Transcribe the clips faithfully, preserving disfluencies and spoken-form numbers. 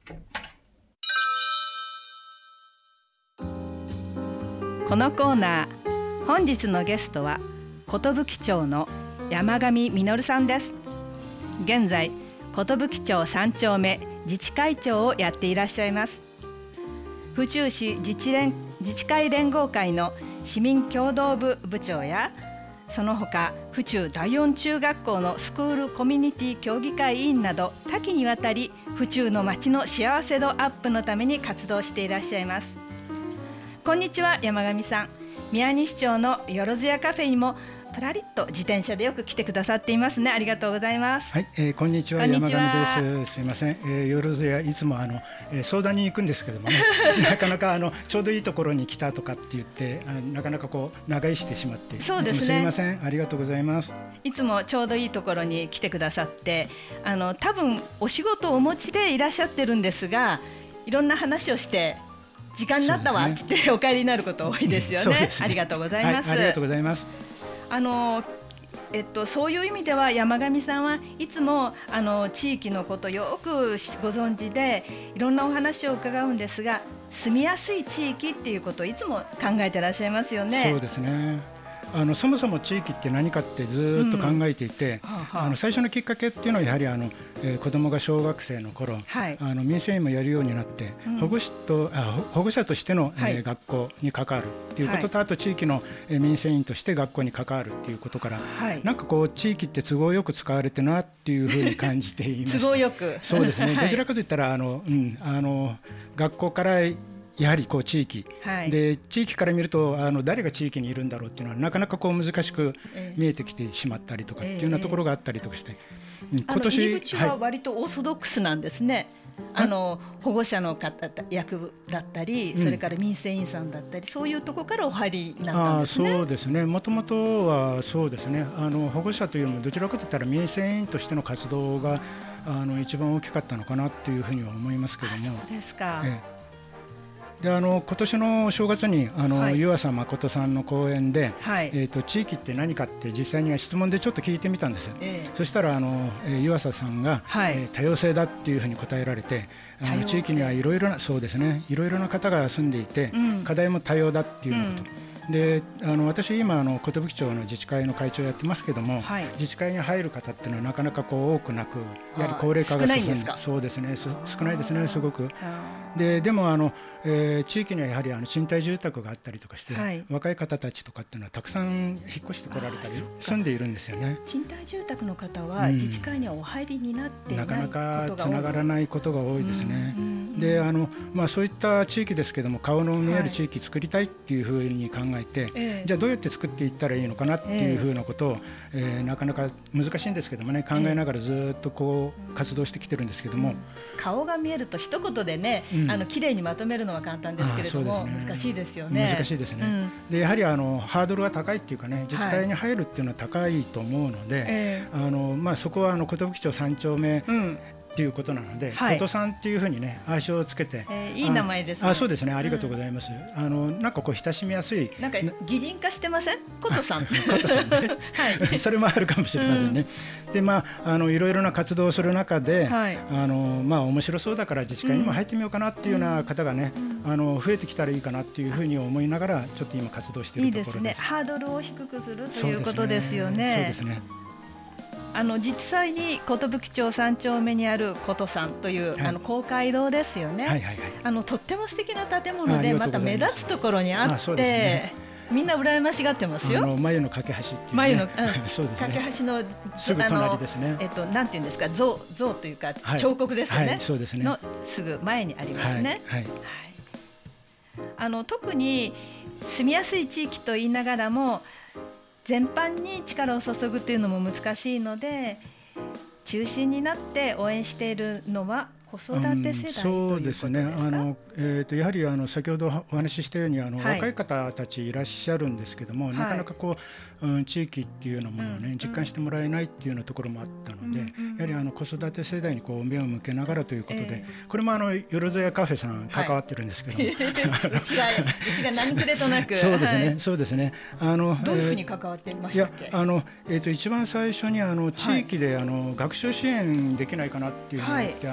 このコーナー、本日のゲストは寿町の山上実さんです。現在寿町さん丁目自治会長をやっていらっしゃいます。府中市自治連自治会連合会の市民協同部部長や、その他府中第四中学校のスクールコミュニティ協議会委員など、多岐にわたり府中の町の幸せ度アップのために活動していらっしゃいます。こんにちは、山上さん。宮西町のよろずやカフェにもぷらりっと自転車でよく来てくださっていますね。ありがとうございます。 はい、えー、こんにちは、山上です。すいません、えー、よろずやいつもあの、えー、相談に行くんですけどもねなかなかあのちょうどいいところに来たとかって言ってあなかなかこう長居してしまって、 そうですね、 すいません、ありがとうございます。 いつもちょうどいいところに来てくださって、あの多分お仕事をお持ちでいらっしゃってるんですが、いろんな話をして時間になったわって言ってお帰りになること多いですよ ね, ねありがとうございます、 はい、ありがとうございます。 あのえっと、そういう意味では山上さんはいつもあの地域のことをよくご存知で、いろんなお話を伺うんですが、住みやすい地域っていうことをいつも考えてらっしゃいますよね。 そうですね、あのそもそも地域って何かってずっと考えていて、うんはあはあ、あの最初のきっかけっていうのはやはりあの、えー、子どもが小学生の頃、はい、あの民生委員もやるようになって、うん、保護士とあ保護者としての、はい、えー、学校に関わるっていうことと、はい、あと地域の、えー、民生委員として学校に関わるっていうことから、はい、なんかこう地域って都合よく使われてるなっていうふうに感じていました都合よくそうですね、 はい、 どちらかといったらあの、うん、あの学校からやはりこう地域、はい、で地域から見るとあの誰が地域にいるんだろうっていうのはなかなかこう難しく見えてきてしまったりとかっていうようなところがあったりとかして、 えー、今年入り口は割とオーソドックスなんですね、はい、あの保護者の方役だったり、それから民生委員さんだったり、うん、そういうところからお入りになったんですね。 あ、そうですね、もともとはそうですね、あの保護者というよりもどちらかといったら民生委員としての活動があの一番大きかったのかなというふうには思いますけども。 そうですか、 ええであの今年の正月にあの、はい、湯浅誠さんの講演で、はい、えーと、地域って何かって実際には質問でちょっと聞いてみたんですよ、えー、そしたらあの、えー、湯浅さんが、はい、えー、多様性だっていうふうに答えられて、あの地域にはいろいろなそうですね、いろいろな方が住んでいて、うん、課題も多様だっていうようなこと、うんであの私今あの寿町の自治会の会長をやってますけども、はい、自治会に入る方っていうのはなかなかこう多くなく、やはり高齢化が進んで、そうですね、少ないですね、すごく。ででもあの、えー、地域にはやはりあの賃貸住宅があったりとかして、はい、若い方たちとかっていうのはたくさん引っ越してこられたり住んでいるんですよね。 賃貸住宅の方は自治会にはお入りになっていないことが多い、 なかなかつながらないことが多いですね。であの、まあ、そういった地域ですけども、顔の見える地域作りたいっていうふうに考えて、はい、じゃあどうやって作っていったらいいのかなっていうふうなことを、えー、なかなか難しいんですけどもね、考えながらずっとこう活動してきてるんですけども、 顔が見えると一言でね、うん、あの綺麗にまとめるのは簡単ですけれども、ね、難しいですよね。 難しいですね、うん、でやはりあのハードルが高いっていうかね、自治会に入るっていうのは高いと思うので、はい、あのまあ、そこはあの寿町さん丁目、うんっていうことなので、はい、ことさんっていうふうにね愛称をつけて、 えー、いい名前ですね。 ああ、そうですね、ありがとうございます、うん、あのなんかこう親しみやすい、 なんか擬人化してません？ことさんことさんね、はい、それもあるかもしれませんね、うん、でまああのいろいろな活動をする中で、はい、あのまあ面白そうだから自治会にも入ってみようかなっていうような方がね、うん、あの増えてきたらいいかなっていうふうに思いながらちょっと今活動しているところです。いいですね、 ハードルを低くするということですよね。 そうですね。 あの実際に寿町さん丁目にあることさんという、はい、あの公会堂ですよね、はいはいはい、あのとっても素敵な建物でまた目立つところにあって、ね、みんな羨ましがってますよ。 あの眉の架け橋っていう、ね、 眉の、うんそうですね、架け橋のすぐ隣ですね。 えっと、なんていうんですか、像、像というか彫刻ですよね、はいはい、そうですね、のすぐ前にありますね、はいはいはい、あの特に住みやすい地域と言いながらも全般に力を注ぐというのも難しいので、中心になって応援しているのは子育て世代ということですか？ そうですね、あの、えー、とやはりあの先ほどお話ししたようにあの、はい、若い方たちいらっしゃるんですけども、はい、なかなかこう、うん、地域っていうようなものを、ね、うん、実感してもらえないっていうようなところもあったので、うん、やはりあの子育て世代にこう目を向けながらということで、えー、これもあのよろずやカフェさん関わってるんですけども、 はい、うちがうちが何くれとなくそうですね、はい、そうですね、あのどういうふうに関わっていましたっけ？ いやあの、えー、と一番最初にあの地域で、はい、あの学習支援できないかなっていうのがあって、はい、あの公開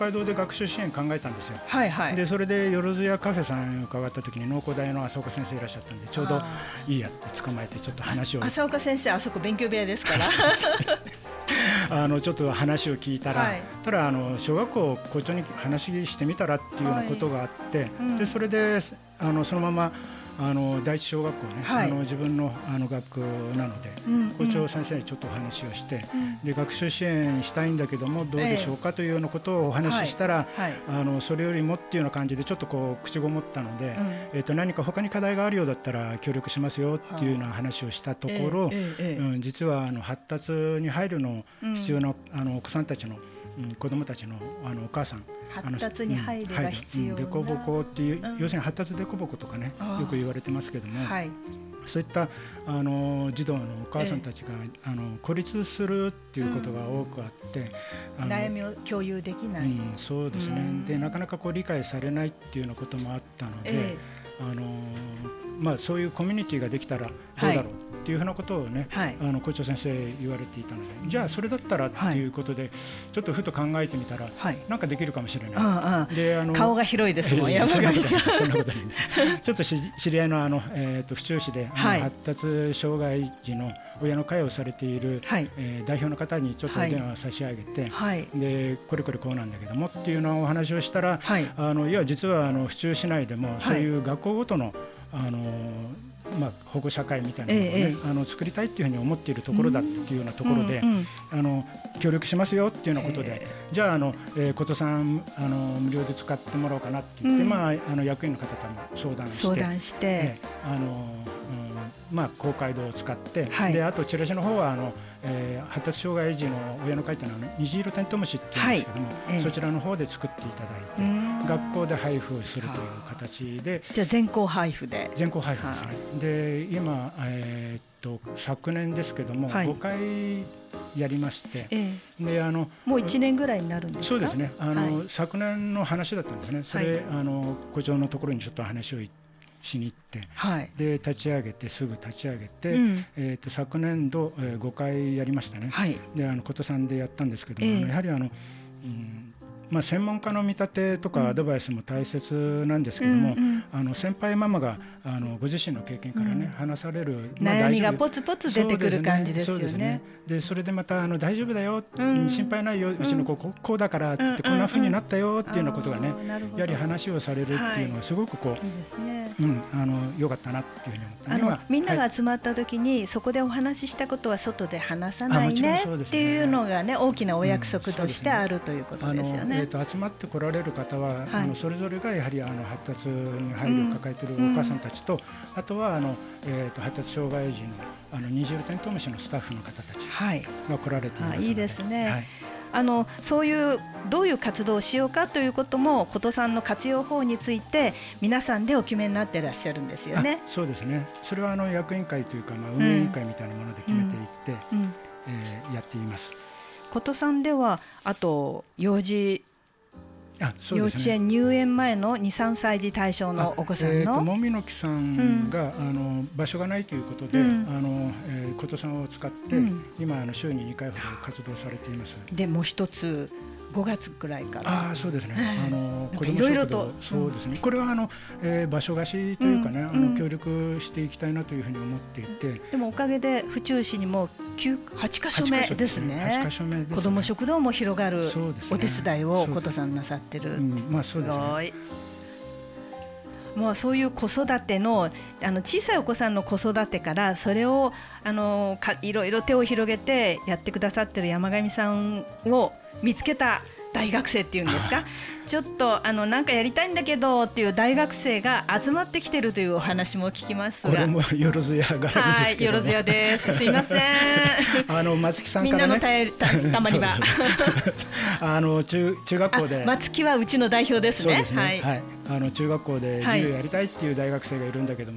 海道で学習支援考えたんですよ。 はいはい、 でそれでよろずやカフェさんに伺った時に農工大の浅岡先生いらっしゃったんで、ちょうどいいやって捕まえてちょっと話を。 浅岡先生あそこ勉強部屋ですからあのちょっと話を聞いたら、はい、ただあの小学校校長に話してみたらっていうようなことがあって、はい、うん、でそれであのそのままあの第一小学校ね、はい、あの自分のあの学校なので、うんうん、校長先生にちょっとお話をして、うん、で学習支援したいんだけどもどうでしょうかというようなことをお話ししたら、はいはい、あのそれよりもっていうような感じでちょっとこう口ごもったので、うん、えー、と何か他に課題があるようだったら協力しますよっていうような話をしたところ、えええうん、実はあの発達に入るの必要な、うん、あのお子さんたちのうん、子どもたちの、あのお母さん発達に入りが必要な、 でこぼこっていう、うん、要するに発達でこぼことかねよく言われてますけども、はい、そういったあの児童のお母さんたちが、ええ、あの孤立するっていうことが多くあって、 うん、悩みを共有できない、うん、 そうですね、うん、でなかなかこう理解されないっていうようなこともあったので、ええ、あのまあ、そういうコミュニティができたらどうだろう、はいっていうふうなことをね、はい、あの校長先生言われていたので、じゃあそれだったらっていうことで、はい、ちょっとふと考えてみたら、はい、なんかできるかもしれない。 ああであの顔が広いですもん、山上さん。 そんなことないんです。ちょっと知り合いのあの、えー、と府中市で、はい、発達障害児の親の会をされている、はい、えー、代表の方にちょっとお電話を差し上げて、はい、でこれこれこうなんだけどもっていうのをお話をしたら、はい、あのいや実はあの府中市内でもそういう学校ごとの、あのまあ、保護者会みたいなのを、ね、ええ、あの作りたいっていうふうに思っているところだっていうようなところで、うんうん、あの協力しますよっていうようなことで、えー、じゃああの、えー、琴さんあの無料で使ってもらおうかなって言って、うん、まあ、あの役員の方とも相談して相談して、えー、あのうん、まあ、公会堂を使って、はい、であとチラシの方はあの、えー、発達障害児の親の会っていうのは虹色テントウムシっていうんですけども、はい、そちらの方で作っていただいて学校で配布するという形で、 じゃあ全校配布で全校配布ですね。で今、えー、っと昨年ですけども、はい、ごかいやりまして、ええ、であのもういちねんぐらいになるんですか。 そうですね、あの、はい、昨年の話だったんですね。それ、はい、あの校長のところにちょっと話をしに行って、はい、で立ち上げてすぐ立ち上げて、うん、えー、と昨年度、えー、ごかいやりましたね、はい、であの琴さんでやったんですけども、えー、やはりあの、うん、まあ、専門家の見立てとかアドバイスも大切なんですけども、うんうん、あの先輩ママがあのご自身の経験からね、うん、話される、 まあ、悩みがポツポツ出てくる感じですよね。そうですね。 でそれでまたあの大丈夫だよ、うん、心配ないよ、うちの子こう、こうだからって言って、こんな風になったよっていうようなことがね、やはり話をされるっていうのはすごくこう、はい、いいですね、うん、あの良かったなっていうふうに思った。 あのみんなが集まった時に、はい、そこでお話ししたことは外で話さないねっていうのがね、大きなお約束としてあるということですよね。 えー、と集まって来られる方は、はい、あのそれぞれがやはりあの発達に配慮を抱えているお母さんたちと、うん、あとはあの、えー、と発達障害児のあの虹色テントウムシのスタッフの方たちが来られていますので、はい、 いいですね。はい、あのそういうどういう活動をしようかということも、琴さんの活用法について皆さんでお決めになっていらっしゃるんですよね。 そうですね。それはあの役員会というか、まあ、運営委員会みたいなもので決めていって、うんうん、えー、やっています。 琴さんではあと幼児あそうですね、幼稚園入園前のに、さんさい児対象のお子さんの、えー、ともみの木さんが、うん、あの場所がないということで、うん、あのえー、琴さんを使って、うん、今あの週ににかいほど活動されています。 でもう一つごがつくらいからあそうですね、あの子ども食堂、そうですね、これはあの、えー、場所貸しというかね、うん、あの協力していきたいなというふうに思っていて、 でもおかげで府中市にもはちかしょめですね。はちかしょめですね。子ども食堂も広がるお手伝いを琴さんなさってる。うん、まあそうですね。もうそういう子育ての、あの小さいお子さんの子育てから、それをあのかいろいろ手を広げてやってくださってる山上さんを見つけた大学生っていうんですか、ちょっとあのなんかやりたいんだけどっていう大学生が集まってきてるというお話も聞きますが、 これもよろずや絡みですけども、はい、 よろずやです。すいません。 あの松木さんからね、みんなのたたたまにはあの 中, 中学校で松木はうちの代表ですね。 そうですね、はい、はい、あの中学校で授業やりたいっていう大学生がいるんだけども、はい、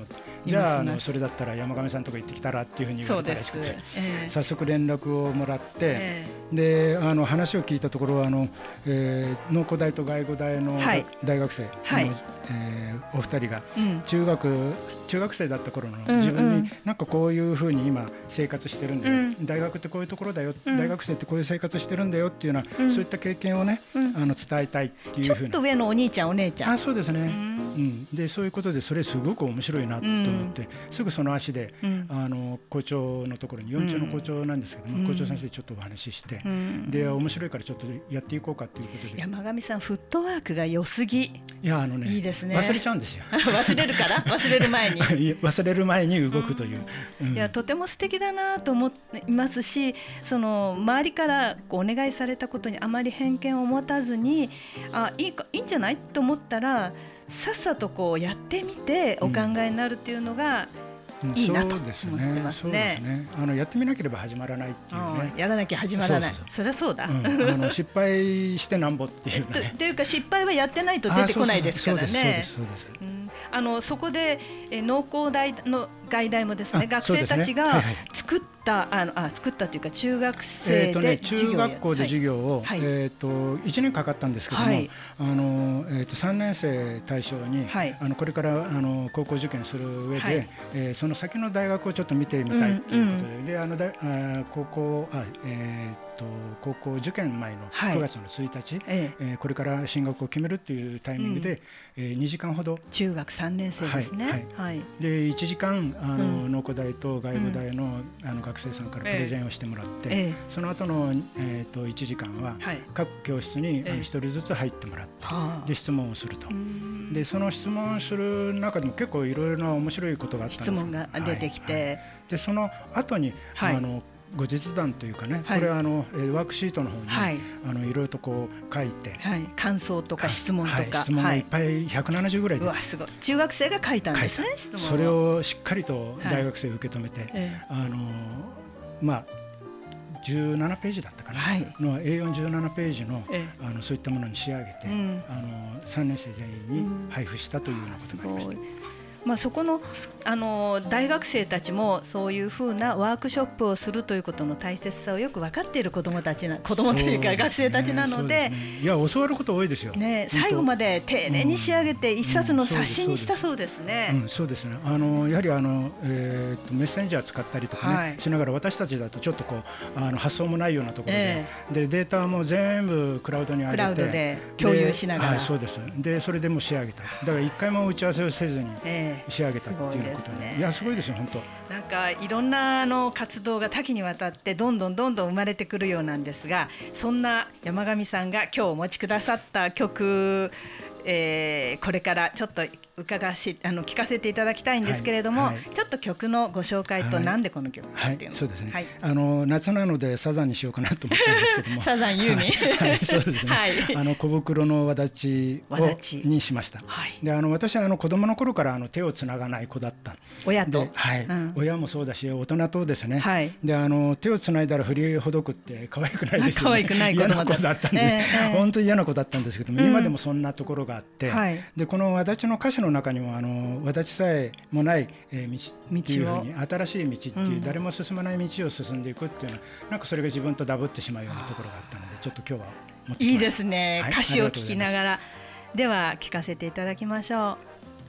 じゃあ、あのそれだったら山上さんとか行ってきたらっていうふうに言われたらしくて、えー、早速連絡をもらって、えー、であの話を聞いたところはあの、えー、農工大と外語大の、はい、大学生、はい、えー、お二人が中学、うん、中学生だった頃の自分になんかこういうふうに今生活してるんだよ、うん、大学ってこういうところだよ、うん、大学生ってこういう生活してるんだよっていうような、うん、そういった経験をね、うん、あの伝えたいっていうふうに。 ちょっと上のお兄ちゃんお姉ちゃん。 あ、そうですね、うんうん、でそういうことでそれすごく面白いなと思って、うん、すぐその足で、うん、あの校長のところによん中の校長なんですけども、うん、校長先生ちょっとお話しして、うん、で面白いからちょっとやっていこうかということで。 山上さんフットワークが良すぎ。いやあのね、 いいですね。 忘れちゃうんですよ忘れるから忘れる前に忘れる前に動くという、 うんうん、いやとても素敵だなと思いますし、その周りからお願いされたことにあまり偏見を持たずに、あいいかいいんじゃないと思ったらさっさとこうやってみてお考えになるっていうのが、うん、いいなと思ってますね。 そうですね。あのやってみなければ始まらないっていうね。 やらなきゃ始まらない。そうそうそう、そりゃそうだ。 うん、あの失敗してなんぼっていうね。 というか失敗はやってないと出てこないですからね。 そうですそうです。 あのそこでえ農工大の外大もですね、学生たちが作ったあのあ作ったというか中学生で授業、 中学校で授業を、はい、えっ、ー、といちねんかかったんですけども、はい、あのえっ、ー、とさんねん生対象に、はい、あのこれからあの高校受験する上で、はい、えー、その先の大学をちょっと見てみたいということで、うんうん、であのだあ高校あえーと高校受験前のくがつのついたち、はい、えー、これから進学を決めるっていうタイミングで、うん、えー、にじかんほど中学さんねん生ですね、はいはい、 でいちじかんあの、うん、農工大と外語大 の,、うん、あの学生さんからプレゼンをしてもらって、えー、その後の、えー、といちじかんは各教室にひとりずつ入ってもらって、えー、で質問をすると。でその質問する中でも結構いろいろな面白いことがあったんです。 質問が出てきて、はいはい、 でその後に、はい、あの後日談というかね、はい、これはあのワークシートの方に、はい、あのいろいろとこう書いて、 はい、感想とか質問とか、はい、 質問がいっぱいひゃくななじゅうぐらいで、 うわすごい、中学生が書いたんですね、質問を。 それをしっかりと大学生受け止めて、はい、あのまあじゅうななページだったかな、はい、の エーよんじゅうなな ページ の, あのそういったものに仕上げて、うん、あのさんねん生全員に配布したというようなことがありました。うん、 まあ、そこの、あの大学生たちもそういうふうなワークショップをするということの大切さをよく分かっている子どもたちな子どもというか学生たちなので、 いや教わること多いですよ、 ね、最後まで丁寧に仕上げて一冊の冊子にしたそうですね。 そうですね、あのやはりあの、えー、とメッセンジャー使ったりとかね、はい、しながら私たちだとちょっとこうあの発想もないようなところで、えー、でデータも全部クラウドに上げてクラウドで共有しながら、はい、 そうです。でそれでも仕上げた。だから一回も打ち合わせをせずに仕上げたっていうことで、いやすごいですよ本当。 なんかいろんなあの活動が多岐にわたってどんどんどんどん生まれてくるようなんですが、そんな山上さんが今日お持ちくださった曲、えー、これからちょっと伺わしあの聞かせていただきたいんですけれども、はいはい、ちょっと曲のご紹介と、はい、なんでこの曲かっていうの、はい、 そうですね、はい、あの夏なのでサザンにしようかなと思ったんですけどもサザンユーミン、 はいはい、そうですね、はい、あの小袋のわだちをにしました。はい、であの私はあの子供の頃からあの手をつながない子だった親と、 はい、うん、親もそうだし大人とですね、はい、であの手をつないだら振りほどくって可愛くないですよね。 可愛くない子嫌な子だったんで、えー、本当に嫌な子だったんですけども、うん、今でもそんなところがあって、はい、でこのわだちの歌詞の中にもあのわだちさえもない、えー、道っていうふうに新しい道っていう、うん、誰も進まない道を進んでいくっていうのはなんかそれが自分とダブってしまうようなところがあったのでちょっと今日は持ってきました。 いいですね、はい、歌詞を聞きながらでは聞かせていただきましょう。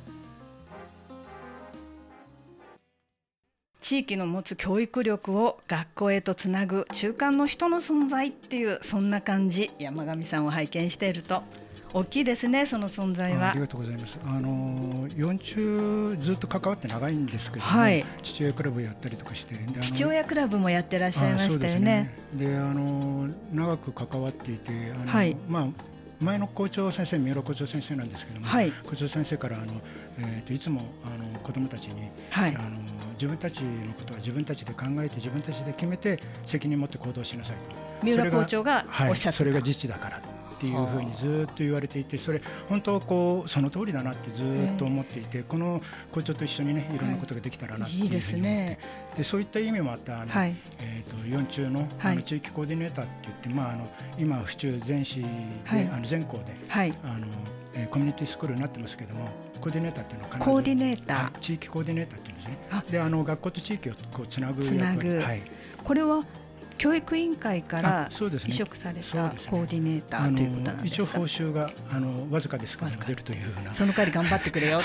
地域の持つ教育力を学校へとつなぐ中間の人の存在っていうそんな感じ、山上さんを拝見していると大きいですね、その存在は。 ありがとうございます。あのよん中ずっと関わって長いんですけども、はい、父親クラブやったりとかして、 父親クラブもやってらっしゃいましたよね。 で、ね、あの長く関わっていて、あの、はい、まあ前の校長先生、三浦校長先生なんですけども、はい、校長先生からあの、えー、といつもあの子どもたちに、はい、あの自分たちのことは自分たちで考えて自分たちで決めて責任持って行動しなさいと。 三浦校長がおっしゃってた、はい、 それが実地だからっていうふうにずっと言われていて、それ本当こうその通りだなってずっと思っていて、この校長と一緒にねいろんなことができたらなっていうふうに思って、はい、いいですね。でそういった意味もあったあの、はい、えー、とよん中 の, あの地域コーディネーターって言って、まあ、あの今府中全市で、はい、あの全校で、はい、あのええー、コミュニティスクールになってますけども、コーディネーターっていうのは必ずコーディネーター、 はい、地域コーディネーターっていうんですね。であの学校と地域をこうつなぐ役割。 つなぐ、はい、これは教育委員会から委嘱されたコーディネーターということなんですか。 一応報酬があのわずかですけど出るというふうな、 その代わり頑張ってくれよ。はい、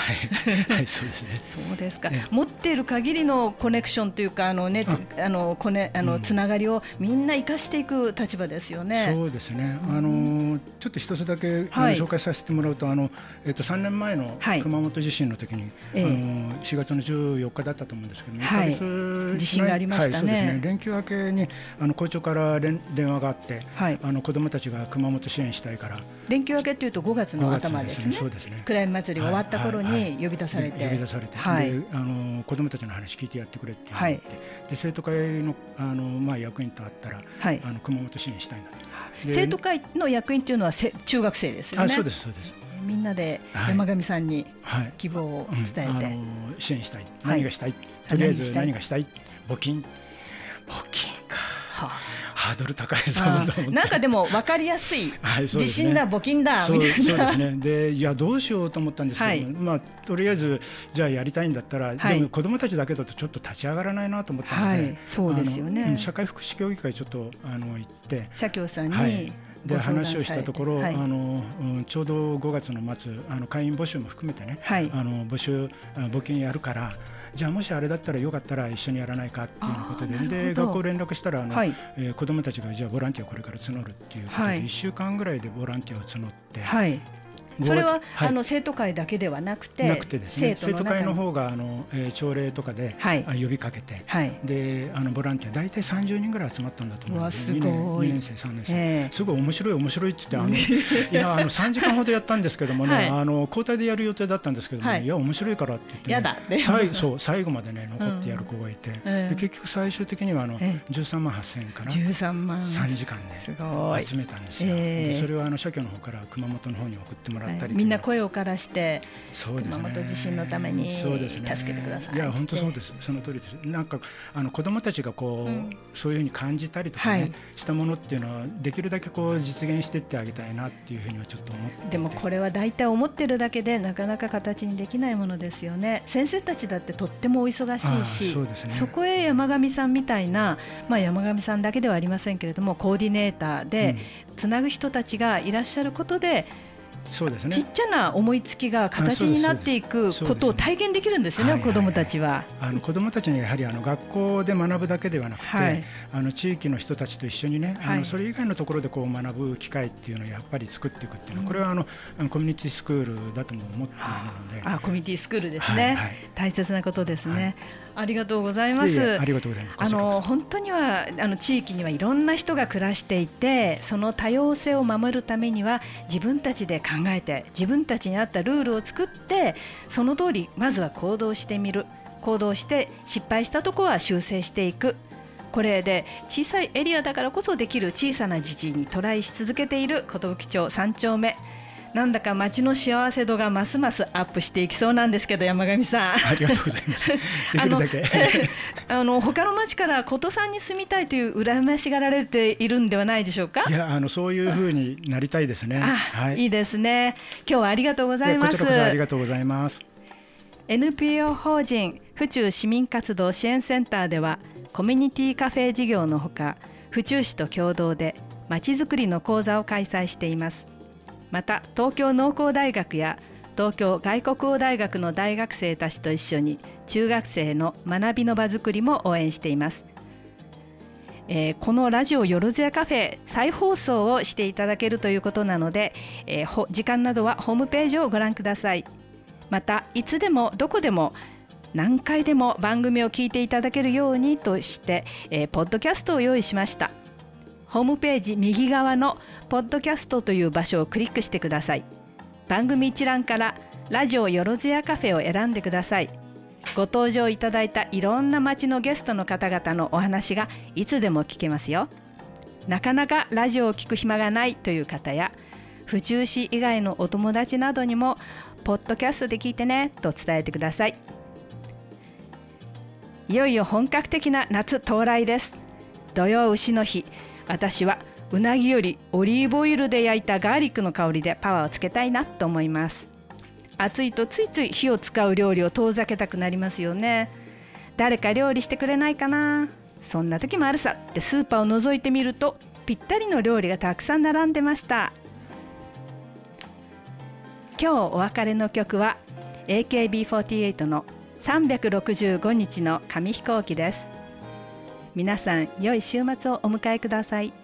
はい、そうですね。 そうですか。持っている限りのコネクションというかあのねあのコネあのつながりをみんな生かしていく立場ですよね。 そうですね。あのちょっと一つだけあの紹介させてもらうと、あのえっとさんねんまえの熊本地震の時に、あのしがつのじゅうよっかだったと思うんですけども、 はい、地震がありましたね。はい、そうですね。 連休明けにあの校長から連電話があって、はい、あの子どもたちが熊本支援したいから。 連休明けというとごがつの頭ですね。 そうですね。 暗闇祭りが終わった頃に呼び出されて、 呼び出されて、はい、であの子どもたちの話聞いてやってくれって言って、はい、で生徒会のあのまあ役員と会ったら、はい、あの熊本支援したいんだと。 生徒会の役員というのはせ中学生ですよね。 あ、そうですそうです。 みんなで山上さんに希望を伝えて、はいうん、あの支援したい。何がしたい。はい、とりあえず何がしたい。募金。募金か。はあ、ハードル高いぞと思って。 なんかでも分かりやすい、はい、地震だ募金だみたいな。 そうですね。でいやどうしようと思ったんですけど、はい、まあとりあえずじゃあやりたいんだったら、はい、でも子どもたちだけだとちょっと立ち上がらないなと思ったので、はい、 そうですよね。 社会福祉協議会ちょっとあの行って社協さんに、 はいで話をしたところ、はい、あのうん、ちょうどごがつの末あの会員募集も含めてね、はい、あの募集募金やるからじゃあもしあれだったらよかったら一緒にやらないかっていうことで、で学校連絡したらあの、はい、えー、子どもたちがじゃあボランティアをこれから募るっていうことで、はい、いっしゅうかんぐらいでボランティアを募って、はい、 それは、はい、あの生徒会だけではなくて、 なくてですね、生徒会の方があの、えー、朝礼とかで、はい、呼びかけて、はい、であのボランティア大体さんじゅうにんぐらい集まったんだと思うんです。にねん、にねん生さんねん生、えー、すごい面白い面白いって言ってあのいやあのさんじかんほどやったんですけどもね、はい、あの交代でやる予定だったんですけども、ね、はい、いや面白いからって言って、ね、 やだ最そう最後までね残ってやる子がいて、うんえー、で結局最終的にはあの、えー、じゅうさんまんはっせんえんかな、 じゅうさんまんさんじかんで集めたんですよ。えー、でそれはあの社協の方から熊本の方に送ってもらったり、はい、 みんな声をからして熊本地震のために助けてください。 いや本当そうです。その通りです。なんかあの子どもたちがこう、うん、そういうふうに感じたりとかね、はい、したものっていうのはできるだけこう実現していってあげたいなっていうふうにはちょっと思っていて。 でもこれは大体思ってるだけでなかなか形にできないものですよね。先生たちだってとってもお忙しいし、そうですね、そこへ山上さんみたいな、まあ、山上さんだけではありませんけれどもコーディネーターでつなぐ人たちがいらっしゃることで、 そうですね、 ちっちゃな思いつきが形になっていくことを体験できるんですよね、子どもたちは。 あの子どもたちにやはりあの学校で学ぶだけではなくて、はい、あの地域の人たちと一緒にね、はい、あのそれ以外のところでこう学ぶ機会っていうのをやっぱり作っていくっていうのは、うん、これはあのコミュニティスクールだとも思っているので、 あ、コミュニティスクールですね、はいはい、大切なことですね、はい、ありがとうございます。 いやいや、ありがとうございます。 あの本当にはあの地域にはいろんな人が暮らしていて、その多様性を守るためには自分たちで考えて自分たちに合ったルールを作って、その通りまずは行動してみる、行動して失敗したところは修正していく、これで小さいエリアだからこそできる小さな自治にトライし続けている寿町さん丁目、なんだか町の幸せ度がますますアップしていきそうなんですけど、山上さん、 ありがとうございます。できるだけあの他の町から琴さんに住みたいという羨ましがられているんではないでしょうか。 いや、あのそういうふうになりたいですね。 あ、はい、いいですね。今日はありがとうございます。 こちらこそありがとうございます。 エヌピーオー 法人府中市民活動支援センターではコミュニティカフェ事業のほか、府中市と共同でまちづくりの講座を開催しています。また東京農工大学や東京外国語大学の大学生たちと一緒に中学生の学びの場づくりも応援しています。えー、このラジオよろずやカフェ再放送をしていただけるということなので、えー、時間などはホームページをご覧ください。またいつでもどこでも何回でも番組を聞いていただけるようにとして、えー、ポッドキャストを用意しました。ホームページ右側のポッドキャストという場所をクリックしてください。番組一覧からラジオよろずやカフェを選んでください。ご登場いただいたいろんな町のゲストの方々のお話がいつでも聞けますよ。なかなかラジオを聞く暇がないという方や、府中市以外のお友達などにもポッドキャストで聞いてねと伝えてください。いよいよ本格的な夏到来です。土用丑の日、私はうなぎよりオリーブオイルで焼いたガーリックの香りでパワーをつけたいなと思います。暑いとついつい火を使う料理を遠ざけたくなりますよね。誰か料理してくれないかな、そんな時もあるさってスーパーを覗いてみるとぴったりの料理がたくさん並んでました。今日お別れの曲は エーケービーフォーティーエイト のさんびゃくろくじゅうごにちの紙飛行機です。皆さん良い週末をお迎えください。